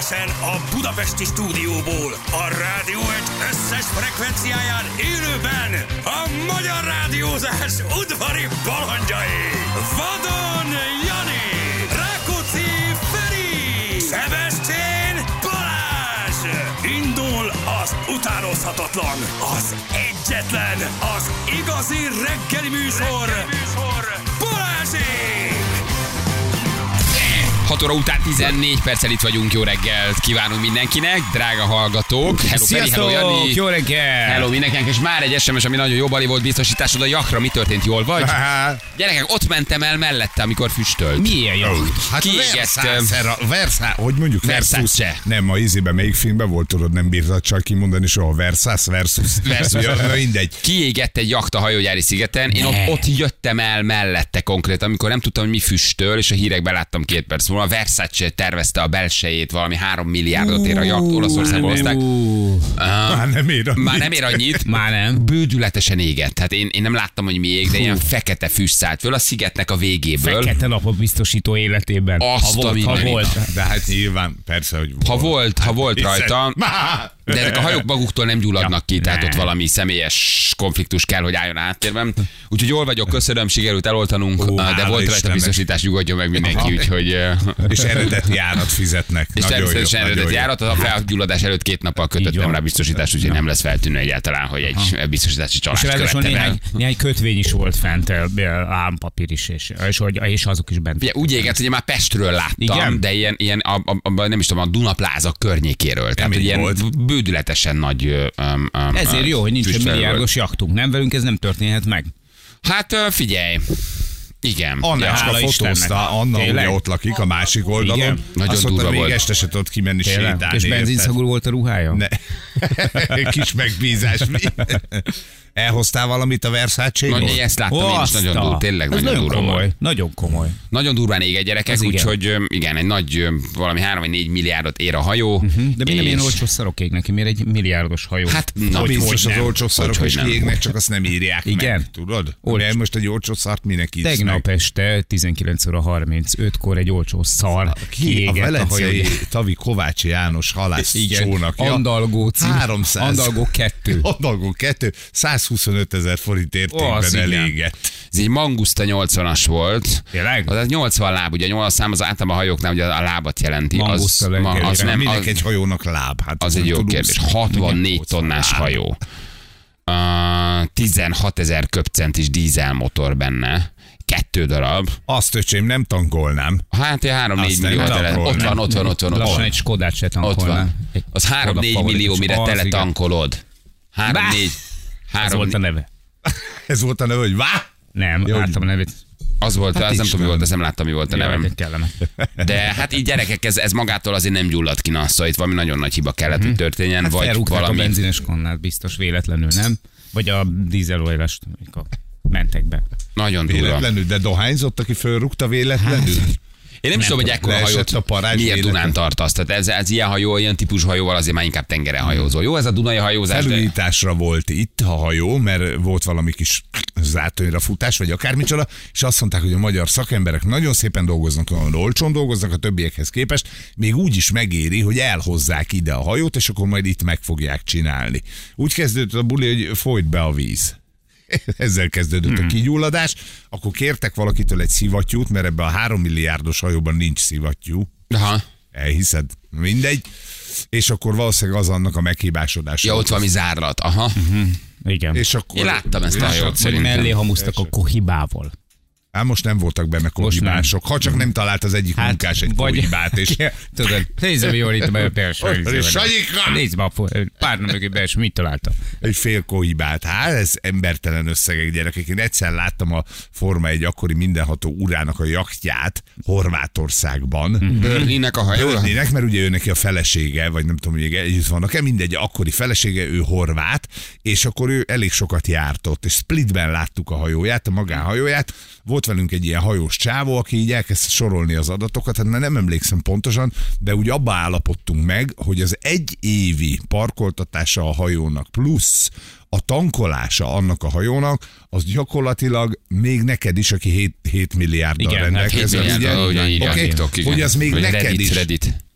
Egyenesen a budapesti stúdióból, a rádió egy összes frekvenciáján élőben a magyar rádiózás udvari balandjai. Vadon Jani, Rákóczi Feri, Szebestén Balázs. Indul az utánozhatatlan, az egyetlen, az igazi reggeli műsor, Balázsék! 6 óra után 14 perccel itt vagyunk, jó reggelt kívánunk mindenkinek, drága hallgatók. Hello Feri, hello Jani. Jó reggel. Hello mindenkinek, és már egy SMS, ami nagyon jó, Bali volt biztosításod a jakra. Mi történt, jól vagy? Gyerekek, ott mentem el mellette, amikor füstölt. Milyen jó? Hát Kiégett. hogy mondjuk Versace. Nem, a ízében melyik filmben volt, tudod, nem bírtad csak kimondani soha. Versace versus. Ja, mindegy. Kiégett egy jakta hajógyári szigeten, én ott jöttem el mellette konkrétan, amikor nem tudtam, hogy mi füstöl, és a hírekben láttam 2 perc múlva. A Versace tervezte a belsejét, valami 3 milliárdot ér a jakt, Olaszországban hozták. Már nem ér annyit. Már nem. Bődületesen égett. Hát én nem láttam, hogy mi ég, de ilyen fekete füst szállt föl a szigetnek a végéből. Fekete napot biztosító életében. Ha volt. De hát nyilván, persze, hogy volt. Ha volt rajta. De ezek a hajók maguktól nem gyulladnak ki, tehát ott valami személyes konfliktus kell, hogy álljon áttérben. Úgyhogy jól vagyok, köszönöm, sikerült eloltanunk, de volt rajta biztosítás, nyugodjon meg mindenki, úgyhogy... És eredeti járat fizetnek. És természetesen eredeti járat, a felgyulladás előtt 2 nappal kötöttem rá biztosítást, úgyhogy nem lesz feltűnő egyáltalán, hogy egy biztosítási csalást követtem el. Néhány kötvény is volt fent, állampapír is, és azok is bent. Ugye, úgy égett, hogy már Pestről láttam, igen? De ilyen nem is tudom, a Dunapláza környékéről. Tehát, hogy ilyen bődületesen nagy... Ezért jó, hogy nincs egy milliárdos jachtunk. Nem velünk ez nem történhet meg. Hát figyelj. Igen. Annácska fotózta, Anna ugye ott lakik a másik oldalon. Igen. Nagyon azt durva mondta, még volt. este se tudott kimenni sétálni. És benzinszagú volt a ruhája? Ne. Kis megbízás. Elhoztál valamit a Versace-ból? Ezt láttam én is, nagyon durva, tényleg nagyon durva volt. Nagyon komoly. Nagyon durván ég egy gyerekek, úgyhogy igen, egy nagy, valami 3 vagy 4 milliárdot ér a hajó. De minden ilyen olcsó szarok égnek, miért egy milliárdos hajó? Hát biztos az olcsó szarok is égnek, csak azt nem írják igen? meg, tudod? Mert most egy olcsó szart minek írsz meg? Tegnap este 19 óra 35-kor egy olcsó szar kiégett a velencei Tavi Kovácsi János halász csónakja. Andalgó cím. 300. Andalgó 2. Andalgó 2. 125 000 forint értékben elégett. Ez egy Mangusta 80-as volt. Tényleg? Az 80 láb, ugye 8 szám az általában a hajóknál ugye a lábat jelenti. Az nem, minek egy hajónak láb? Hát az egy jó kérdés. 64 tonnás hajó. 16 000 köbcentis dízelmotor benne. 2 darab. Azt öcsém, nem tankolnám. Hát 3-4 millió tele. Ott van. Lassan egy Skodát se tankolnám. Az 3-4 millió, mire tele tankolod. 3-4. Ez volt a neve. Ez volt a neve, hogy vá? Nem, láttam a nevét. Az volt, hát az nem tudom, mi volt, ez nem láttam, mi volt a nevem. De hát így gyerekek, ez magától azért nem gyulladt ki, szóval itt valami nagyon nagy hiba kellett, hogy történjen, hát vagy valami... a benzines konnát biztos véletlenül, nem? Vagy a dízelolajlast, amikor mentek be. Nagyon durva. Véletlenül, de dohányzott, aki fölrúgta véletlenül? Hát. Én nem is tudom, hogy ekkora hajót miért Dunán tartasz. Tehát ez ilyen hajó, ilyen típusú hajóval azért már inkább tengeren hajózó. Jó, ez a Dunai hajózás. Felújításra volt itt a hajó, mert volt valami kis zátonyra futás, vagy akármicsoda, és azt mondták, hogy a magyar szakemberek nagyon szépen dolgoznak, nagyon olcsón dolgoznak a többiekhez képest, még úgy is megéri, hogy elhozzák ide a hajót, és akkor majd itt meg fogják csinálni. Úgy kezdődött a buli, hogy folyt be a víz. Ezzel kezdődött a kigyulladás, akkor kértek valakitől egy szivattyút, mert ebben a 3 milliárdos hajóban nincs szivattyú. Aha. Elhiszed? Mindegy. És akkor valószínűleg az annak a meghibásodása. Ja, ott valami zárlat. Aha. Igen. És akkor, én láttam ezt a hajót szerintem. Mellé hamusztak a kohibával. Hát most nem voltak benne kohibások. Ha csak nem talált az egyik munkás egy kohibát. És... Tudod, nézzem jól itt a belső. Sanyika! Nézd be a párna mögé belső, mit találtam? Egy fél kohibát. Hát ez embertelen összegek, gyerekek. Én egyszer láttam a Forma 1 akkori mindenható urának a jachtját Horvátországban. Börninek a hajó? Börninek, mert ugye ő neki a felesége, vagy nem tudom, hogy együtt vannak-e, mindegy, akkori felesége, ő horvát, és akkor ő elég sokat járt ott, és Splitben láttuk a hajóját, a magánhajóját. Volt velünk egy ilyen hajós csávó, aki így elkezdte sorolni az adatokat, hát már nem emlékszem pontosan, de úgy abba állapodtunk meg, hogy az egy évi parkoltatása a hajónak plusz a tankolása annak a hajónak, az gyakorlatilag még neked is, aki 7 milliárddal rendelkezel. Igen, hogy az még neked is. Reddit.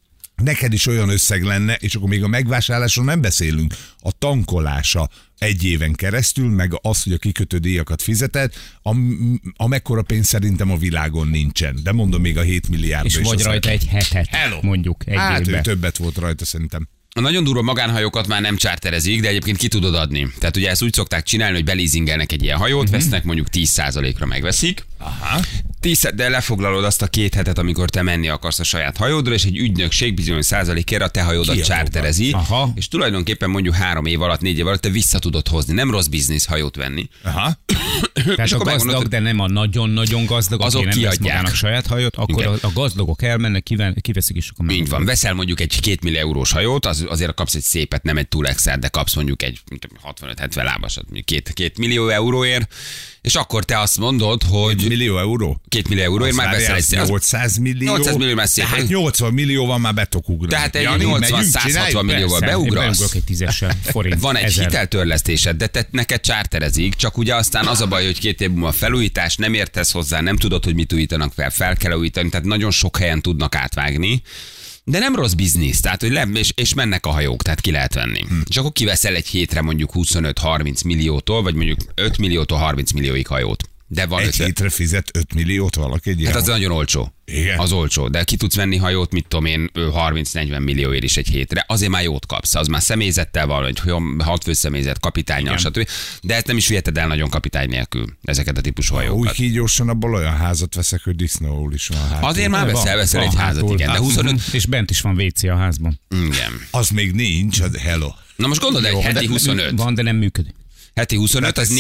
neked is olyan összeg lenne, és akkor még a megvásárlásról nem beszélünk, a tankolása egy éven keresztül, meg az, hogy a kikötő díjakat fizeted, amekkora pénz szerintem a világon nincsen. De mondom, még a 7 milliárd. És vagy rajta egy hetet, mondjuk egy hát évben. ő többet volt rajta szerintem. A nagyon durva magánhajókat már nem charterezik, de egyébként ki tudod adni. Tehát ugye ezt úgy szokták csinálni, hogy belízingelnek egy ilyen hajót, vesznek mondjuk 10%-ra megveszik. Aha. De lefoglalod azt a 2 hetet, amikor te menni akarsz a saját hajódra, és egy ügynökség bizonyos százalékért a te hajódat charterezi, és tulajdonképpen mondjuk 3 év alatt, 4 év alatt te vissza tudod hozni. Nem rossz biznisz hajót venni. Aha. Tehát a gazdag, de nem a nagyon-nagyon gazdag, azok aki nem vesz kiadják magának saját hajót, akkor a gazdagok elmennek, kiveszik is. Így van, veszel mondjuk egy 2 millió eurós hajót, azért kapsz egy szépet, nem egy túl extra, de kapsz mondjuk egy 65-70 lábasat, 2 millió euróért, és akkor te azt mondod, hogy... 2 millió euró? 2 millió euróért már veszel egy 800 millió? 800 millió már szép. Hát 80 millióval már be tudok ugrani. Tehát egy 80-160 millióval beugrasz. Egy 10-essel forint. Van egy hiteltörlesztésed, de te neked charterezik, csak ugye aztán az a baj, hogy 2 év múlva felújítás, nem értesz hozzá, nem tudod, hogy mit újítanak fel kell újítani, tehát nagyon sok helyen tudnak átvágni. De nem rossz biznisz, tehát hogy és mennek a hajók, tehát ki lehet venni. És akkor kiveszel egy hétre mondjuk 25-30 milliótól, vagy mondjuk 5 milliótól 30 millióig hajót. De van egy hétre fizet 5 milliót valaki egy ilyen? Hát az nagyon olcsó. Igen. Az olcsó, de ki tudsz venni hajót, mit tudom én, 30-40 millióért is egy hétre, azért már jót kapsz, az már személyzettel van, hogy 6 főszemélyzet, kapitánnyal, stb. De ezt nem is viheted el nagyon kapitány nélkül, ezeket a típusú hajókat. Úgy így gyorsan abból olyan házat veszek, hogy disznóul is van hátul. Azért már veszel egy házat, igen, de 25... És bent is van WC a házban. Igen. Az még nincs, az hello. Na most gondold, egy heti 25. Van, de nem működik. Heti 25, az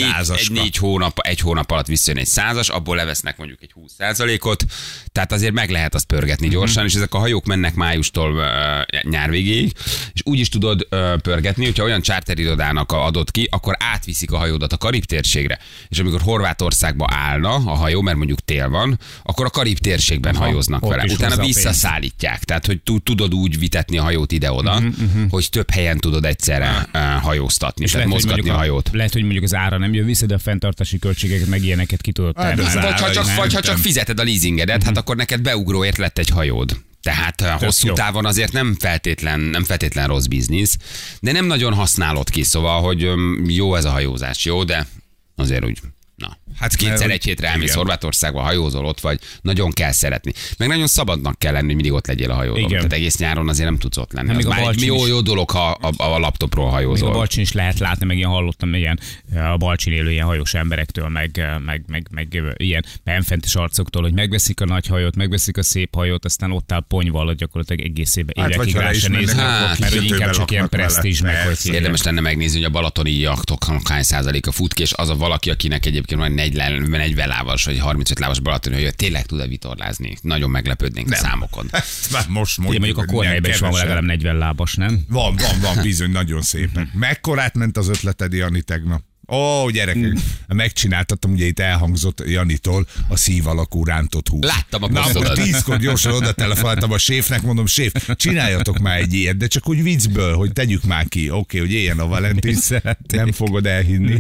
egy hónap alatt visszajön egy 100-as, abból levesznek mondjuk egy 20%-ot, tehát azért meg lehet azt pörgetni gyorsan, és ezek a hajók mennek májustól nyár végéig, és úgy is tudod pörgetni, hogyha olyan charterirodának adod ki, akkor átviszik a hajódat a Karib térségre, és amikor Horvátországba állna a hajó, mert mondjuk tél van, akkor a Karib térségben hajóznak vele, utána visszaszállítják, tehát hogy tudod úgy vitetni a hajót ide-oda, hogy több helyen tudod egyszerre hajóztatni, tehát mozgatni a hajót. Lehet, hogy mondjuk az ára nem jön vissza, de a fenntartási költségeket meg ilyeneket ki tudod tenni. Vagy ha csak fizeted a leasingedet, hát akkor neked beugróért lett egy hajód. Tehát hosszú távon azért nem feltétlen rossz biznisz, de nem nagyon használod ki, szóval, hogy jó ez a hajózás, jó, de azért úgy... Na, hát kétszer egy hétre elmész Horvátországba, hajózol ott vagy, nagyon kell szeretni. Meg nagyon szabadnak kell lenni, hogy mindig ott legyél a hajózon. Tehát egész nyáron azért nem tudsz ott lenni. Az már egy jó dolog, ha a laptopról hajózol. Még a Balcsin is lehet látni, meg ilyen hallottam ilyen a Balcsin élő ilyen hajós emberektől, meg ilyen benfentes arcoktól, hogy megveszik a nagy hajót, megveszik a szép hajót, aztán ott áll ponyval, gyakorlatilag egész évekig rá se néznek, mert hogy inkább csak ilyen presztízs meg. Érdemes lenne megnézni, hogy a balatoni jachtoknak hány százaléka fut ki, és az a valaki, akinek egyébként majd 40 lábas vagy 35 lábas balatoni, hogy tényleg tud-e vitorlázni. Nagyon meglepődnénk a számokon. Most mondjuk a Korhelyben is van legalább 40 lábas, nem? Van, bizony, nagyon szépen. Mekkorát ment az ötleted, Jani, tegnap? Ó, gyerekek, megcsináltattam, ugye itt elhangzott Janitól a szív alakú rántott hús. Láttam a posztodat. 10-kor gyorsan oda telefonáltam a séfnek, mondom, séf, csináljatok már egy ilyet, de csak úgy viccből, hogy tegyük már ki. Oké, hogy éljen a Valentin, nem fogod elhinni.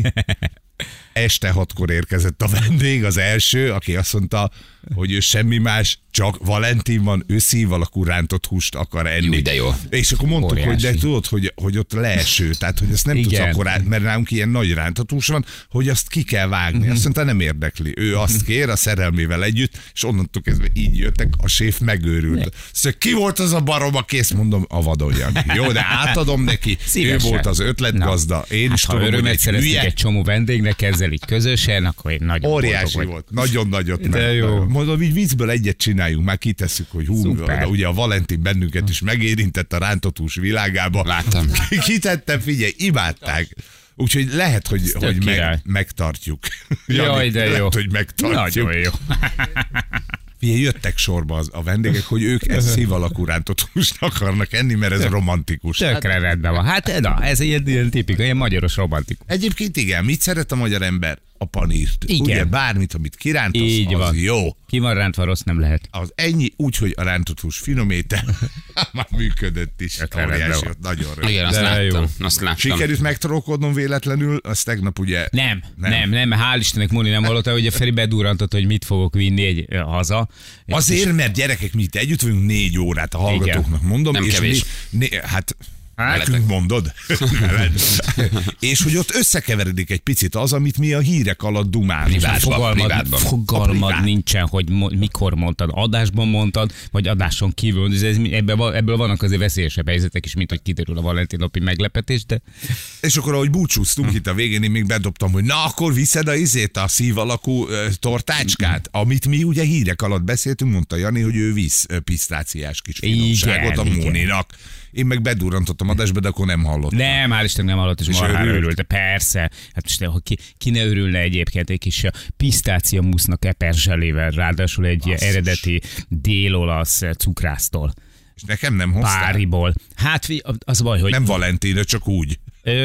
Este 6-kor érkezett a vendég, az első, aki azt mondta, hogy ő semmi más, csak Valentin van, ő szív alakú rántott húst akar enni. Jó, de jó. És akkor mondtuk, hogy de tudod, hogy ott leeső, tehát hogy ezt nem tudsz akkor át, mert nálunk ilyen nagy rántott hús van, hogy azt ki kell vágni. Azt mondta, nem érdekli. Ő azt kér a szerelmével együtt, és onnantól kezdve így jöttek, a séf megőrült. Szóval ki volt az a barom, aki ezt mondom, a Vadon Jani. Jó, de átadom neki, szívesen. Ő volt az ötletgazda. Én is tudom, hogy egy csomó vendégnek ezzel így közösen, akkor én nagyon óriási volt. Nagyon nagyot. De jó. Mondom, így viccből egyet csináljunk, már kitesszük, hogy ugye a Valentin bennünket is megérintett a rántott hús világába. Láttam. Kitettem, figyelj, imádták. Úgyhogy lehet, hogy megtartjuk. Jaj, de jó. Lehet, hogy megtartjuk. Nagyon jó. Jöttek sorba a vendégek, hogy ők ezt szív alakú rántott húst akarnak enni, mert ez romantikus. Tökre rendben van. Hát na, ez ilyen tipika, ilyen magyaros romantikus. Egyébként igen, mit szeret a magyar ember? a panírt. Igen. Ugye bármit, amit kirántasz, Így az van. jó. Ki van rántva, rossz nem lehet. Az ennyi, úgyhogy a rántott hús finomíte már működött is. Óriási, nagyon rövid. Igen, azt láttam. Sikerült megtorolkodnom véletlenül, azt tegnap ugye... Nem, hál' Istennek Moni nem hallotta, hogy a Feri bedurrantott, hogy mit fogok vinni haza. Azért, mert gyerekek, mi itt együtt vagyunk 4 órát, a hallgatóknak mondom. Nem és kevés. Hát nekünk mondod. És hogy ott összekeveredik egy picit az, amit mi a hírek alatt dumálunk. Fogalmad nincsen, hogy mikor mondtad, adásban mondtad, vagy adáson kívül. Ebből vannak azért veszélyesebb helyzetek is, mint hogy kiderül a Valentin napi meglepetés, de... És akkor, ahogy búcsúztunk itt a végén, én még bedobtam, hogy na, akkor viszed a szív alakú tortácskát, amit mi ugye hírek alatt beszéltünk, mondta Jani, hogy ő visz pisztáciás kis finomságot a Móninak. Én meg bedurrantottam adásba, de akkor nem hallottam. Nem, hál' Isten nem hallott, és marhára örült. Persze. Hát most ki ne örülne egyébként egy kis pisztácia musznak eperzselével, ráadásul egy eredeti dél-olasz cukrásztól. És nekem nem hoztál? Páriból. Hát az baj, hogy... Nem Valentina, csak úgy.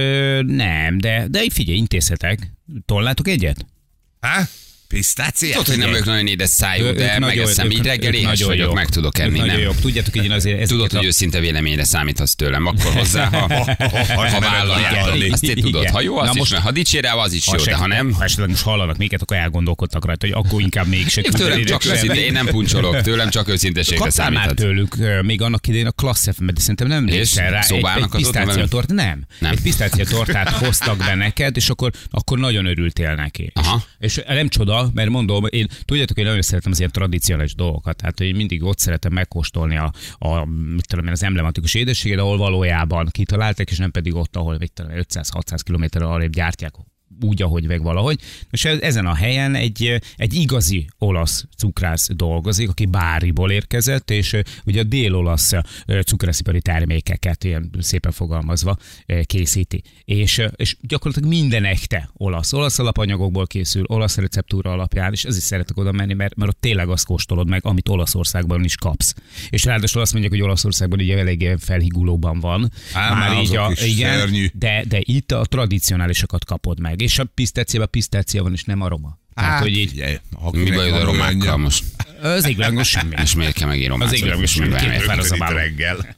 Nem, de figyelj, intézhetek. Tollátok egyet? Há? Pisztáciát? Tudod, hogy nem vagyok nagyon édes szájú, de megeszem így reggel, éhes vagyok, meg tudok enni. Nem. Jobb. Tudjátok, hogy én azért... Tudod, hogy őszinte véleményre számíthatsz tőlem, akkor hozzá, ha vállalják. Azt én tudod, ha jó, az is, ha dicsérel, az is jó, de ha nem... Ha esetleg most hallanak minket, akkor elgondolkodtak rajta, hogy akkor inkább mégse. Tőlem csak őszinte, én nem puncsolok, tőlem csak őszinteségre számíthat. Kaptál már tőlük még annak idején a Klassz FM-et, de szerintem nem emlékszel rá. Egy pisztáciatortát, nem. Egy pisztáciatortát hoztak be neked, és akkor nagyon örültél neki. És nem csoda, mert mondom, én tudjátok, hogy nagyon szeretem az ilyen tradicionális dolgokat, tehát hogy én mindig ott szeretem megkóstolni mit tudom én, az emblematikus édességet, ahol valójában kitalálták, és nem pedig ott, ahol 500-600 kilométerre arrébb gyártják úgy, ahogy meg valahogy. És ezen a helyen egy igazi olasz cukrász dolgozik, aki Báriból érkezett, és ugye a dél-olasz cukrászipari termékeket ilyen szépen fogalmazva készíti. És gyakorlatilag minden echte olasz alapanyagokból készül, olasz receptúra alapján, és ezért szeretek oda menni, mert ott tényleg azt kóstolod meg, amit Olaszországban is kapsz. És ráadásul azt mondják, hogy Olaszországban ugye elég felhigulóban van. Már így igen, de itt a tradicionálisokat kapod meg. És a pisztácia van, és nem aroma. Hát, hogy így... Mi bajod a romákkal most? Az égvilágon semmi. És miért kell megint romát? Az égvilágon semmi. Reggel.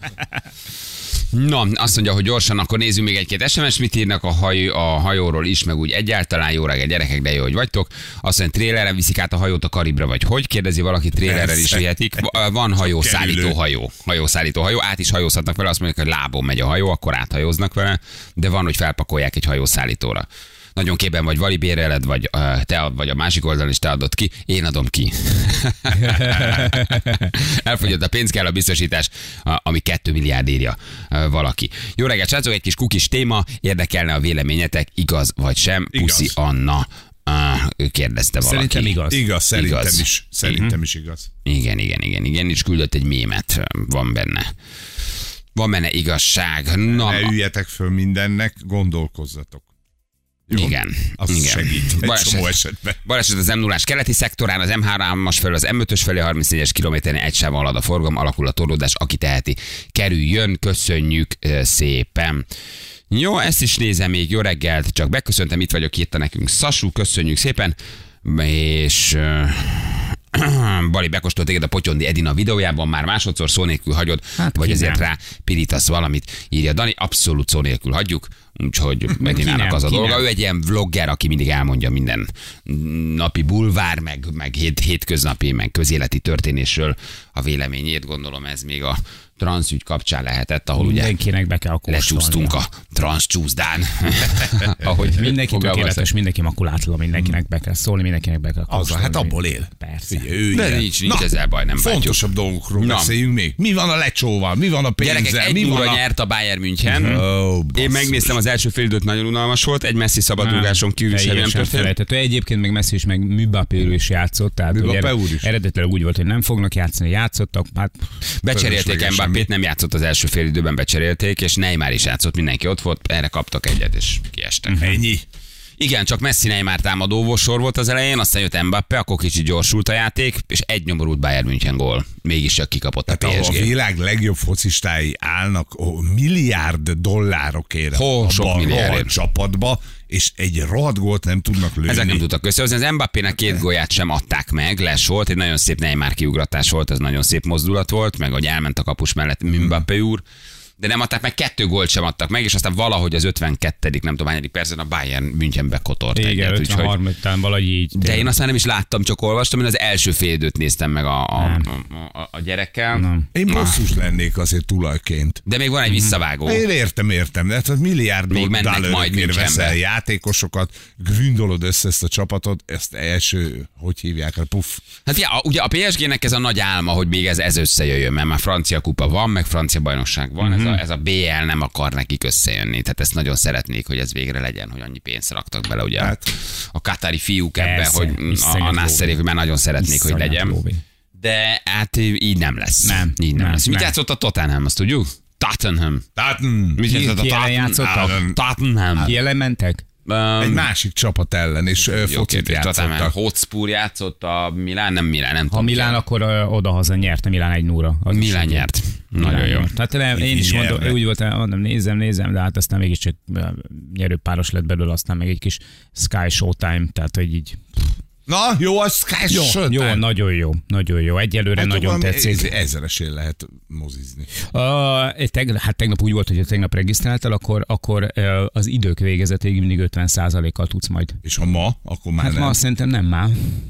Na, azt mondja, hogy gyorsan, akkor nézzünk még egy-két SMS, mit írnak a hajóról is, meg úgy egyáltalán. Jó reggel, gyerekek, de jó, hogy vagytok. Azt mondja, trélerre viszik át a hajót a Karibra, vagy hogy? Kérdezi valaki, trélerrel is vihetik. Van hajószállító hajó, át is hajózhatnak vele, azt mondják, hogy lábon megy a hajó, akkor áthajóznak vele, de van, hogy felpakolják egy hajószállítóra. Nagyon képben vagy Vali béreled, vagy te vagy a másik oldalon is te adod ki, én adom ki. Elfogyott a pénz, kell a biztosítás, ami 2 milliárd írja valaki. Jó reggelt, srácok, egy kis kukis téma, érdekelne a véleményetek, igaz vagy sem? Puszi Anna. Ő kérdezte valaki. Szerintem igaz. Igaz, szerintem is igaz. Igen, és küldött egy mémet, van benne igazság. Na, ne üljetek föl mindennek, gondolkozzatok. Jó? Igen. Segít egy csomó esetben. Baleset az M0-ás keleti szektorán, az M3-as felől az M5-ös felé 34-es kilométeren egy sávon halad a forgalom, alakul a torlódás, aki teheti, kerüljön, köszönjük szépen. Jó, ezt is nézem még, jó reggelt, csak beköszöntem, itt vagyok, írta nekünk Szasú, köszönjük szépen, és... Bali, bekóstolt téged a Potyondi Edina videójában, már másodszor szó nélkül hagyod, vagy ezért rá pirítasz valamit, írja Dani, abszolút szó nélkül hagyjuk, úgyhogy Edinának az a dolga. Ő egy ilyen vlogger, aki mindig elmondja minden napi bulvár, meg hétköznapi, meg közéleti történésről a véleményét, gondolom ez még a transzügy kapcsán lehetett, ahol mindenkinek be kell lecsúsztunk a transzcsúszdán. Ahogy mindenki tökéletes, mindenki makulátlan, mindenkinek be kell szólni, mindenkinek be kell kóstolni. Hát abból él. Persze. De nincs ezzel baj, nem bántjuk. Fontosabb dolgokról beszéljünk még. Mi van a lecsóval? Mi van a pénzzel? Gyerekek, egy óra nyert a Bayern München. Én megnéztem az első fél időt, nagyon unalmas volt, egy Messzi szabadrúgáson kívül semmi nem történt. Egyébként meg Messi is, meg Mbappé is játszott, tehát eredetileg úgy volt, hogy nem fognak játszani, játszottak. Hát becserélték Mbappét, nem játszott az első fél időben, becserélték, és Neymar is játszott, mindenki ott volt, erre kaptak egyet, és kiestek. Ennyi. Igen, csak Messi Neymar támadó sor volt az elején, aztán jött Mbappé, akkor kicsit gyorsult a játék, és egy nyomorult Bayern München gól. Mégis csak kikapott a PSG. A világ legjobb focistái állnak milliárd dollárokért sok milliárd csapatba, és egy rohadt gólt nem tudnak lőni. Ezek nem tudtak összehozni. Az Mbappének 2 gólját sem adták meg, les volt, egy nagyon szép Neymar kiugratás volt, ez nagyon szép mozdulat volt, meg hogy elment a kapus mellett Mbappé úr. De nem adták meg, 2 gólt sem adtak meg, és aztán valahogy az 52. nem tudom hányadik percen a Bayern Münchenbe kotort. Igen, 53. után valahogy így. De én aztán nem is láttam, csak olvastam, én az első fél időt néztem meg a gyerekkel. Nem. Én bosszus lennék azért tulajként. De még van egy visszavágó. Én értem, de hát milliárd Még mennek majd dollárokért Münchenbe. veszel játékosokat, gründolod össze ezt a csapatot, ezt első, hogy hívják, puff. Hát ja, ugye a PSG-nek ez a nagy álma, hogy még ez összejöjjön, mert már francia kupa van, meg francia bajnokság van, ez a BL nem akar nekik összejönni, tehát ezt nagyon szeretnék, hogy ez végre legyen, hogy annyi pénzt raktak bele, ugye a katári fiúk ebbe, Persze, hogy a Nasserék, hogy már nagyon szeretnék, hogy legyen. Lóvé. De hát így nem lesz. Nem, Így nem nem, lesz. Mit nem. játszott a Tottenham, azt tudjuk? Tottenham. Mit játszott a ki ellen játszottak? Tottenham. Ki ellen mentek? Egy másik csapat ellen, és Jó focit kérdés, Tottenham játszottak. Hotspur játszott, a Milán, nem Ha tudom. Milán, akkor odahaza nyerte Milán 1-0-ra. Milán nyert. Nagyon jó. Tehát nem, én is mondom, nyerne. úgy volt, mondom, nézem, de hát aztán mégiscsak nyerőpáros lett belőle, aztán még egy kis Sky Showtime, tehát hogy így. Na, jó, az Sky Jó, nagyon jó. Egyelőre nagyon tetszik. Ezeresén lehet mozizni. Hát tegnap úgy volt, hogy tegnap regisztráltál, akkor az idők végezetéig mindig 50%-kal tudsz majd. És ha ma, akkor már Hát nem. ma szerintem nem már.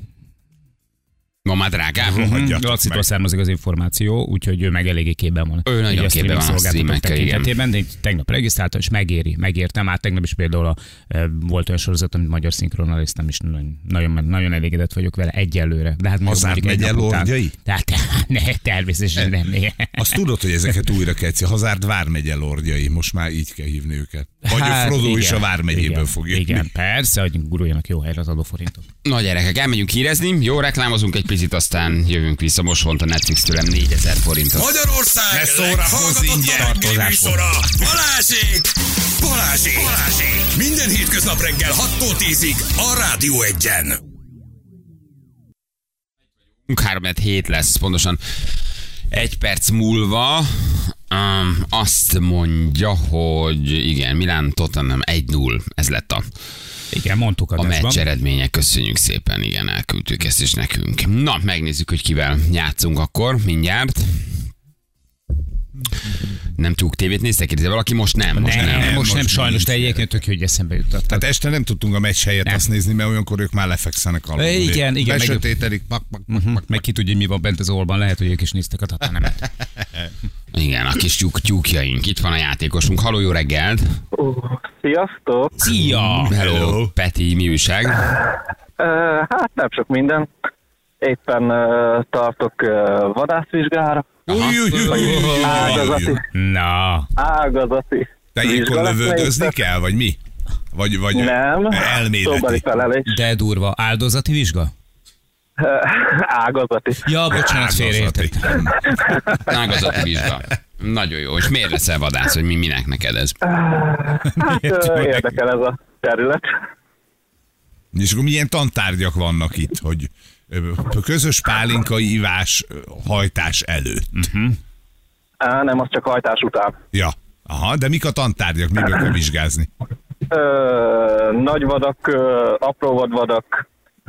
Ma már drágább. Rohadjatok Lacitól meg. származik az információ, úgyhogy ő meg eléggé képben van. Ő nagyon Ugye a képben van a streaming szolgáltatók streamekkel, igen. tekintetében, de én tegnap regisztráltam, és megértem. Hát tegnap is például volt olyan sorozat, amit magyar szinkronnal néztem, és nagyon elégedett vagyok vele egyelőre. De hát még Hazárd mondjuk egy megye nap után. lordjai? Tehát természetesen nem. Azt tudod, hogy ezeket újra kell csinálni. Hazárd vármegye lordjai, most már így kell hívni őket. Vagy Hát, a Frodo igen, is a vármegyéből igen, fog jönni. Igen, persze, hogy guruljanak jó helyre az adóforintot. Na gyerekek, elmegyünk hírezni, jó, reklámozunk egy picit, aztán jövünk vissza. Most mondta Netflix tőlem 4000 forintot. Magyarország Ne szórakozz ingyen. reggeli műsora. Balázsék! Minden hétköznap reggel 6-tól 10-ig a Rádió 1-en. 3-7 lesz, pontosan 1 perc múlva. Azt mondja, hogy igen, Milán Tottenham 1-0, ez lett Igen, mondtuk a adásban. meccs eredménye. Köszönjük szépen, igen, elküldtük ezt is nekünk. Na, megnézzük, hogy kivel játszunk akkor, mindjárt. Nem tudjuk tévét néztek, de valaki most nem. Most nem. Most nem, most sajnos, nincs. de egyébként tök jó, hogy eszembe jutott. Tehát este nem tudtunk a meccs helyet Nem. azt nézni, mert olyankor ők már lefekszenek alul. Igen, meg- Besötétedik, Meg ki tudja, mi van bent az olban, lehet, hogy ők is néztek a Tottenhamet. Igen, a kis tyúkjaink. Itt van a játékosunk. Halló, jó reggelt! Sziasztok! Szia! Hello, Peti, mi újság? Hát nem sok minden. Éppen tartok vadászvizsgára. Ágazati. Na, Ágazati. Te ilyenkor vizsga lesz lövöldözni még. kell, vagy mi? Vagy Nem. Szóbeli elméleti? felelés. de durva. Áldozati vizsga? Ágazati. Ja, bocsánat, félreértettem. Ágazati vizsga. Nagyon jó. És miért leszel vadász, hogy minek neked ez? Hát érdekel ez a terület. És akkor milyen tantárgyak vannak itt, hogy közös pálinkai ivás hajtás előtt? Nem, az csak hajtás után. Ja. Aha, de mik a tantárgyak, miből kell vizsgázni? Nagy vadak, apró vadvadak.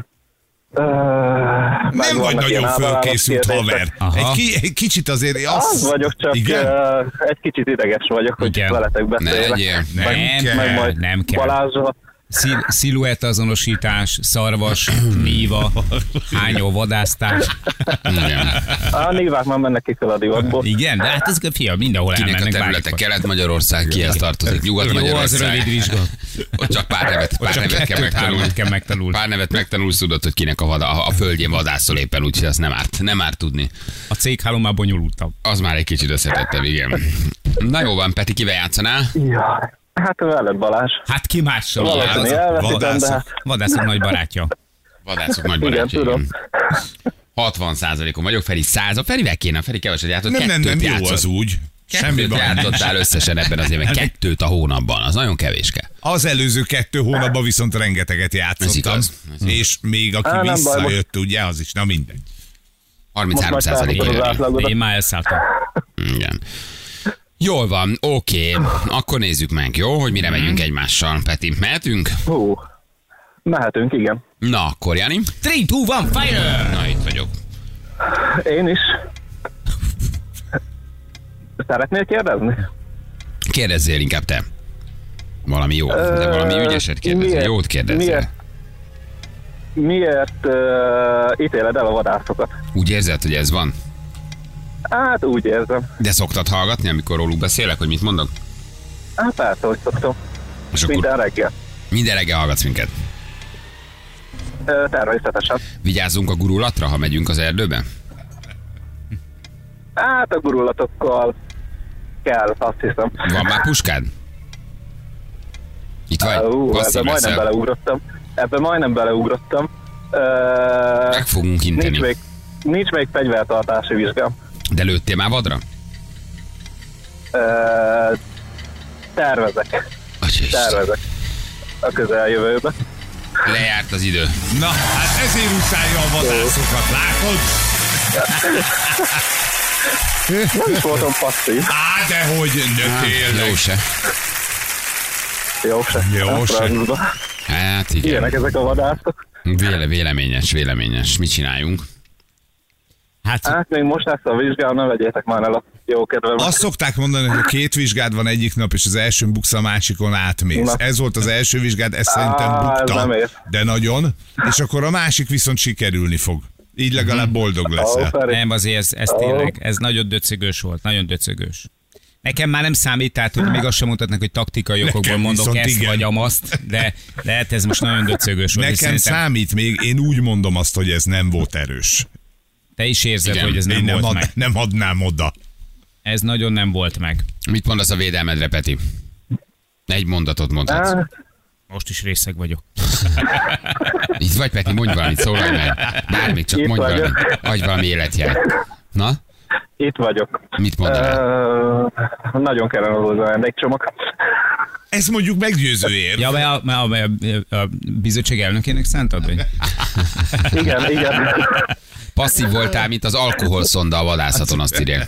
Nem vagy nagyon fölkészült haver. Aha. Egy kicsit azért Az vagyok, csak Igen? egy kicsit ideges vagyok, hogy Igen. veletek Ne beszélek. legyél. Meg majd nem kell. Balázsra. Sziluetta azonosítás, szarvas, níva, hányó vadásztás. Igen. A nívák már mennek ki a divatból. Igen, de hát ez fia, mindenhol Kinek a elmennek területe? bármikor. Kelet-Magyarország, kihez tartozik? Jó, az rövid Nyugat-Magyarország. vizsga. Ott csak pár nevet kell megtanulni. Kell megtanulni. Pár nevet megtanulsz, tudod, hogy kinek a földjén vadászol éppen, úgyhogy az nem árt tudni. A cégháló már bonyolultabb. Az már egy kicsit összetettebb, igen. Na jó van, Peti, kivel játszanál? Jaj. Hát veled Balázs. Hát ki mással? Valószínű elveszítem, de vadászok. hát Vadászok nagy barátja. Vadászok nagy igen, barátja. tudom. 60%-on vagyok, Feri 100. Ferivel kéne, Feri keveset játszott, Nem, kettőt jó játszott. az úgy. Semmi Kettőt baj. játszottál összesen ebben az évben. 2 a hónapban, az nagyon kevéske. Az előző 2 hónapban viszont rengeteget Ez játszottam. igaz. És még aki nem baj, visszajött, ugye, az is, na mindegy. most majd 33%. felhozod az átlagodat. Én már elszálltam. Igen. Jól van, oké. Akkor nézzük meg, jó, hogy mire megyünk egymással. Peti, mehetünk? Mehetünk, igen. Na, akkor Jani? 3, 2, 1, fire! Na, itt vagyok. Én is. Szeretnél kérdezni? Kérdezzél inkább te. Valami jó, de valami ügyeset kérdezzél. Jót kérdezzél. Miért ítéled el a vadászokat? Úgy érzed, hogy ez van? Hát úgy érzem. De szoktad hallgatni, amikor róluk beszélek, hogy mit mondok? Hát persze, hogy szoktam. És akkor Minden reggel. minden reggel hallgatsz minket. Természetesen. Vigyázzunk a gurulatra, ha megyünk az erdőbe? Hát a gurulatokkal kell, azt hiszem. Van már puskád? Itt vagy? Passzív Ebben majdnem leszel. beleugrottam. Meg fogunk inteni. Nincs még fegyvertartási vizsgám. De lőttél már vadra? Tervezek Atyaisten. a közeljövőbe. Lejárt az idő. Na, hát ezért utálja a vadászokat, látod? Nem is voltam passzív. Á, dehogy, de tényleg. Jó se. Jó se. Jó Nem se. francba. Hát igen. Ilyenek ezek a vadászok. Véleményes. Mit csináljunk? Hát még most lesz a vizsgám, ne vegyétek már el a jó kedvembe. Azt szokták mondani, hogy 2 vizsgád van egyik nap, és az elsőn buksz, a másikon átmész. Na. Ez volt az első vizsgád, ez szerintem Ez bukta, nem ér. de nagyon. És akkor a másik viszont sikerülni fog. Így legalább boldog leszel. Feri. Nem, azért ez tényleg, ez nagyon döcögös volt, nagyon döcögös. Nekem már nem számít, tehát hogy még azt sem mutatnak, hogy taktikai okokból Nekem mondok viszont ezt igen. vagy amazt, de lehet ez most nagyon döcögös volt. és Nekem szerintem számít még, én úgy mondom azt, hogy ez nem volt erős. Te is érzed, Igen, hogy ez nem Én volt meg. nem adnám oda. Ez nagyon nem volt meg. Mit mondasz a védelmedre, Peti? Egy mondatot mondhatsz. Most is részeg vagyok. Itt vagy, Peti, mondj valamit, szólalj meg. Bármit, csak Itt mondj vagyok. valamit. Adj valami életjelt. Na? Itt vagyok. Mit mondanál? Nagyon kellene az ajándékcsomag. Ez mondjuk meggyőző ér. Ja, a bizottság elnökének szántad, vagy? Igen. Passzív voltál, mint az alkoholszonda a vadászaton, azt írják.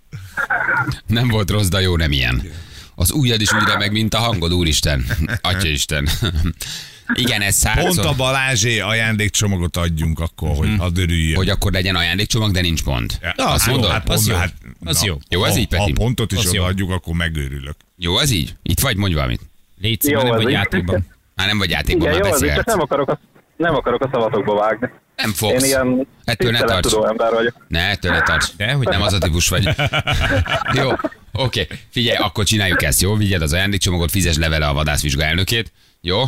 Nem volt rossz, de jó, nem ilyen. Az ujjad is újra meg, mint a hangod, úristen. Atyaisten. Igen, ez Pont a százszor. Balázsé ajándékcsomagot adjunk akkor, hogy hadd örüljön. Hogy akkor legyen ajándékcsomag, de nincs pont. Azt Hát, mondod? hát, Az jó. hát, Az jó. Jó, ez így, Peti? Ha pontot is Az jó. odaadjuk, akkor megőrülök. Jó, az így? Itt vagy, mondj valamit. Légy Jó, szíves, az vagy így. játékban. Már nem vagy játékban, Igen, már jó, az így, csak beszélhetsz. nem akarok a szavatokba vágni. Nem Én fogsz. ilyen Ettől ne tarts. tisztelettudó ember vagyok. Ne, ettől ne tarts. De, hogy Nem az a típus vagy. Jó, oké. Figyelj, akkor csináljuk ezt, jó? Vigyed az ajándékcsomagot, fizes le vele a vadászvizsga elnökét, jó?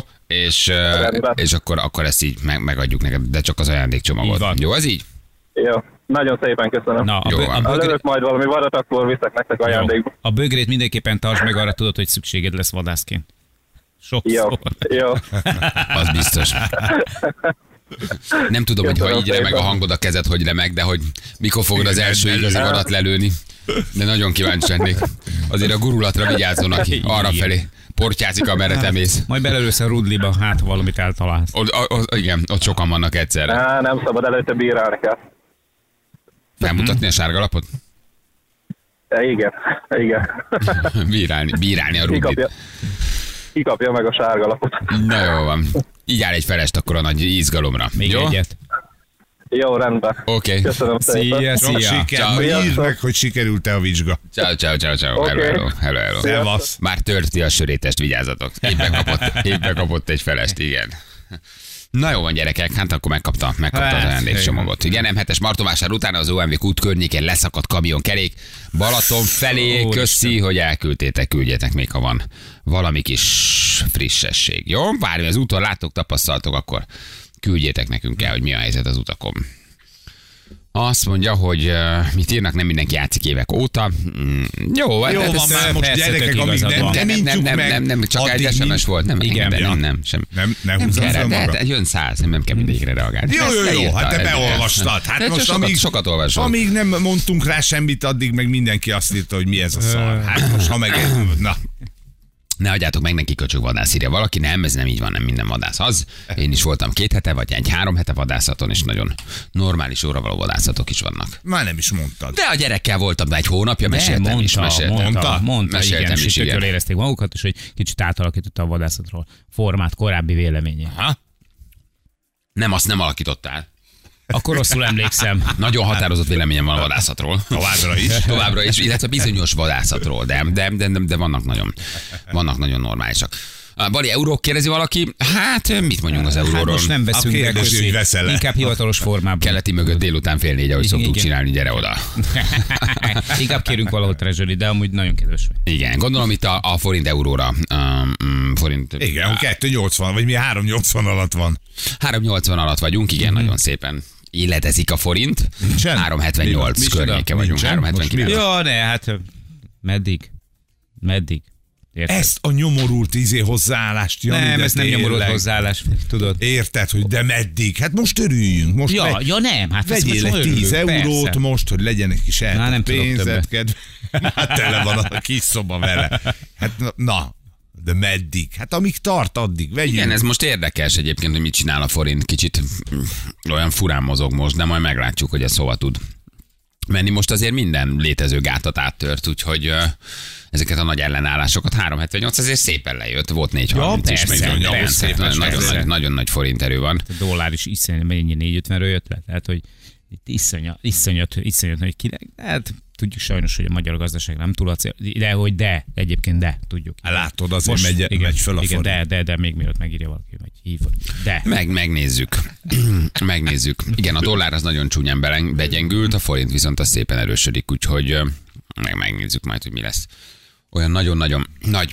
És akkor ezt így megadjuk neked, de csak az Így ajándékcsomagot. van. Jó, az így? Jó, nagyon szépen köszönöm. Na, Jó van. Ha lövök majd valami vadat, akkor viszek nektek ajándékba. a bögrét mindenképpen tartsd meg, arra tudod, hogy szükséged lesz vadászként. Jó, Sokszor. jó. Az biztos. Nem tudom, hogy ha Köszönöm így remeg a szépen. hangod, a kezed, hogy remeg, de hogy mikor fogod az első igazi vadat lelőni. De nagyon kíváncsi lennék. Azért a gurulatra vigyázzon, aki arra felé portyázik, amerre te mész. Majd belelősz a rudliba, hát ha valamit eltalálsz. Igen, ott sokan vannak egyszerre. Nem szabad, előtte bírálni kell. Felmutatni a sárgalapot? Igen. Bírálni a rublit. Kikapja meg a sárgalapot. Na jó van. Így áll egy felest akkor a nagy izgalomra. Még jó? egyet. Jó, rendben. Oké. Köszönöm szépen. Sok Szia. siker, Ciao. majd írd Sziasztok. meg, hogy sikerült-e a vizsga. Ciao. Oké. Hello. Szevasz. Már törti a sörétest, vigyázzatok. Épp kapott egy felest, igen. Na jó van, gyerekek, hát akkor megkapta az ajándékcsomagot. Igen, M7-es Martonvásár után az OMV kút környékén leszakadt kamionkerék Balaton felé. Köszi, hogy elküldtétek, küldjetek még, ha van valami kis frissesség. Jó? Bármi az úton láttok, tapasztaltok, akkor küldjétek nekünk el, hogy mi a helyzet az utakon. Azt mondja, hogy mit írnak, nem mindenki játszik évek óta. Jó, Jó hát van ez- már most persze, gyerekek, tök amíg igazad van. nem mintjuk meg. nem, csak egy addig SMS volt. Nem, Igen, nem, sem. Ne húzzam kell, fel de magam. jön 100, nem kell mindegyikre reagálni. Jó, Ezt leírta, hát te ez- beolvastad. Hát De most sokat olvasol. amíg nem mondtunk rá semmit, addig meg mindenki azt írta, hogy mi ez a szar. Hát most ha meg... Na, Ne adjátok meg neki, köcsög vadász, írja valaki. Nem, ez nem így van, nem minden vadász az. Én is voltam 2 hete, vagy 3 hete vadászaton, és nagyon normális óra való vadászatok is vannak. Már nem is mondtad. De a gyerekkel voltam 1 hónapja, meséltem is. Mondta, igen, is, sütőtől érezték magukat, és hogy kicsit átalakította a vadászatról formát korábbi véleményét. Aha. Nem, azt nem alakítottál. Akkor rosszul emlékszem. Nagyon határozott véleményem van a vadászatról. Továbbra is, illetve bizonyos vadászatról, de vannak nagyon normálisak. Bali, eurók kérdezi valaki? Hát, mit mondjunk az euróról? Hát most nem veszünk be, hogy veszel-e. Inkább hivatalos formában. Keleti mögött délután 3:30, ahogy szoktuk csinálni, gyere oda. Inkább kérünk valahol treasury, de amúgy nagyon kedves vagy. Igen, gondolom itt a forint euróra. Forint. Igen, 280, vagy mi 380 alatt van. 380 alatt vagyunk, igen, nagyon szépen. Illetezik a forint. 378 környéke vagyunk. 379. Jó, ne, hát meddig? Érted? Ezt a nyomorult hozzáállást, Jani, nem, de ez nem nyomorult hozzáállás, tudod. Érted, hogy de meddig? Hát most örüljünk. Most nem. Hát vegyél egy 10 eurót persze. most, hogy legyen egy kis nem pénzed. Hát tele van a kis szoba vele. Hát na, de meddig? Hát amíg tart, addig vegyünk. Igen, ez most érdekes egyébként, hogy mit csinál a forint. Kicsit olyan furán mozog most, de majd meglátjuk, hogy ez hova tud menni. Most azért minden létező gátat áttört, úgyhogy ezeket a nagy ellenállásokat 378 azért szépen lejött, volt 430 is, meg nagyon nagy forint erő van. A dollár is iszonyat, mennyi 450-ről jött le, tehát hogy itt iszonyat nagy kinek, hát tudjuk sajnos, hogy a magyar gazdaság nem túl de egyébként tudjuk. Látod, azért megy föl a forint. De még mielőtt megírja valaki, hogy hív, de. Megnézzük. Igen, a dollár az nagyon csúnyán begyengült, a forint viszont az szépen erősödik, úgyhogy megnézzük majd, hogy mi lesz. Olyan nagyon-nagyon nagy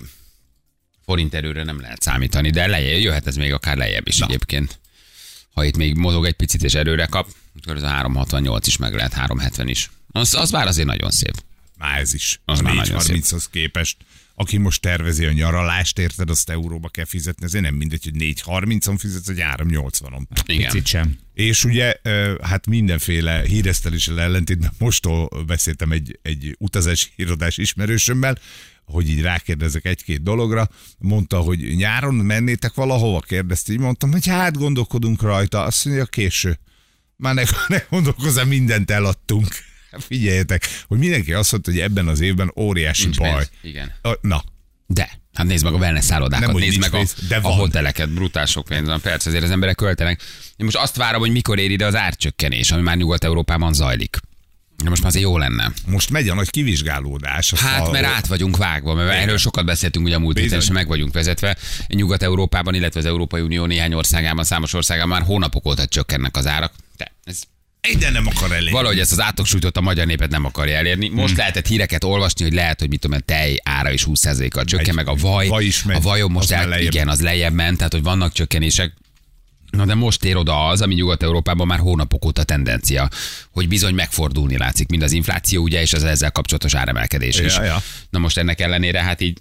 forint erőre nem lehet számítani, de jöhet ez még akár lejjebb is egyébként. Ha itt még mozog egy picit és erőre kap, akkor ez a 368 is meg lehet, 370 is. Az már azért nagyon szép. Már ez is. Az a már 430-hoz képest. Aki most tervezi a nyaralást, érted, azt euróba kell fizetni. Ezért nem mindegy, hogy 430-on fizetsz, vagy 380-on. Igen. Picit sem. És ugye, hát mindenféle híreszteléssel ellentétben mostól beszéltem egy utazási irodás ismerősömmel, hogy így rákérdezek 1-2 dologra, mondta, hogy nyáron mennétek valahova, kérdezte, így mondtam, hogy hát gondolkodunk rajta, azt mondja, késő. Már ne gondolkozzál, mindent eladtunk. Figyeljetek, hogy mindenki azt mondta, hogy ebben az évben óriási Nincs baj. pénz. Igen. Na. De, hát nézd meg a wellness szállodákat, nézd meg a hoteleket, brutál sok pénz van, persze, azért az emberek költenek. Én most azt várom, hogy mikor ér ide az árcsökkenés, ami már Nyugat-Európában zajlik. De most már azért jó lenne. Most megy a nagy kivizsgálódás. Hát, mert át vagyunk vágva, mert erről sokat beszéltünk ugye a múlt héten, és meg vagyunk vezetve. Nyugat-Európában, illetve az Európai Unió néhány országában, számos országában már hónapok óta csökkennek az árak. De ez de nem akar elérni. Valahogy ezt az átoksújtott a magyar népet nem akarja elérni. Most lehetett híreket olvasni, hogy lehet, hogy mit tudom, tej ára is 20%-kal csökken, meg a vaj is megy. A vajon most az lejjebb ment, tehát hogy vannak csökkenések. Na de most ér oda az, ami Nyugat-Európában már hónapok óta tendencia, hogy bizony megfordulni látszik, mind az infláció, ugye, és az ezzel kapcsolatos áremelkedés is. Ja. Na most ennek ellenére, hát így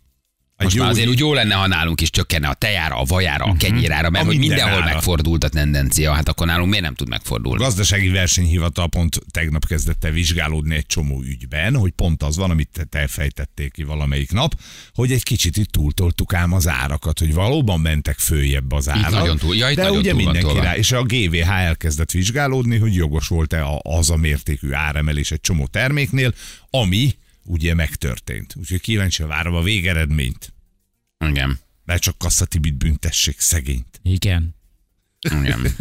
most már azért úgy jó lenne, ha nálunk is csökkenne a tejára, a vajára, a kenyérára, mert hogy mindenhol megfordult a tendencia, hát akkor nálunk miért nem tud megfordulni? A gazdasági versenyhivatal pont tegnap kezdett el vizsgálódni egy csomó ügyben, hogy pont az van, amit te fejtették ki valamelyik nap, hogy egy kicsit itt túltoltuk ám az árakat, hogy valóban mentek följebb az árak. Nagyon túl, de nagyon ugye túl mindenki rá, és a GVH elkezdett vizsgálódni, hogy jogos volt-e az a mértékű áremelés egy csomó terméknél, ami ugye megtörtént. Úgyhogy kíváncsi várom a végeredményt. Igen. Mert csak Kassa Tibit büntessék, szegényt. Igen. Igen.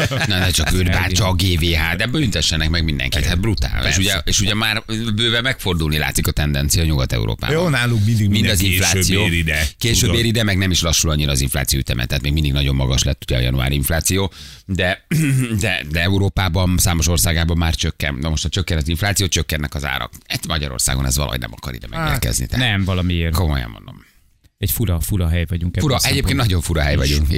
Ne csak őt, bárcsa a GVH, de büntessenek meg mindenkit, hát brutál. És ugye már bőven megfordulni látszik a tendencia Nyugat-Európában. Jó, nálunk mind az infláció. Később ér ide, meg nem is lassul annyira az infláció üteme, tehát még mindig nagyon magas lett ugye a januári infláció, de Európában, számos országában már csökken. Na most, ha csökken az infláció, csökkennek az árak. Hát Magyarországon ez valahogy nem akar ide megérkezni. Nem, valamiért. Komolyan mondom. Egy fura hely vagyunk. Egyébként nagyon fura hely vagyunk.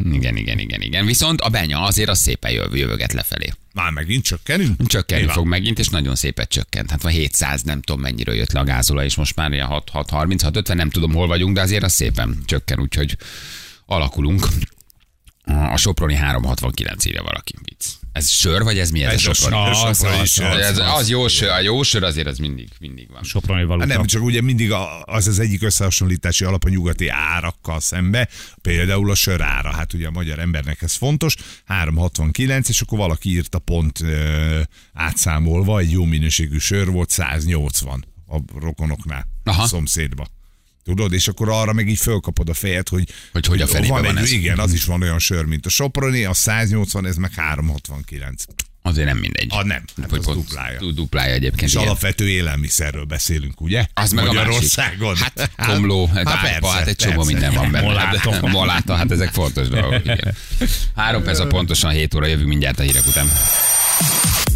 Igen. Viszont a benya azért az szépen jövöget lefelé. Már megint csökkenünk? Csökkenni fog megint, és nagyon szépet csökkent. Hát van 700, nem tudom mennyiről jött le a gázolaj, és most már ilyen 630, 650, nem tudom hol vagyunk, de azért az szépen csökken, úgyhogy alakulunk. A Soproni 369 írja valaki. Vicc. Ez sör, vagy ez mi ez a Soproni? Az jó sör, a jó sör azért az mindig van. Soproni valuta. Nem, csak ugye mindig az egyik összehasonlítási alap a nyugati árakkal szembe, például a sör ára, hát ugye a magyar embernek ez fontos, 3,69, és akkor valaki írta pont átszámolva, egy jó minőségű sör volt 180 a rokonoknál, a szomszédba. Tudod, és akkor arra meg így fölkapod a fejed, hogy a fenében van ez. Igen, az is van olyan sör, mint a Soproni, a 180, ez meg 3,69. Azért nem mindegy. Nem, hát az duplája. Duplája egyébként. És alapvető élelmiszerről beszélünk, ugye? Az meg Magyarországon. Hát komló, hát egy csomó minden van benne. Moláta, hát ezek fontos dolgok. 3 perc a pontosan 7 óra, jövünk mindjárt a hírek után.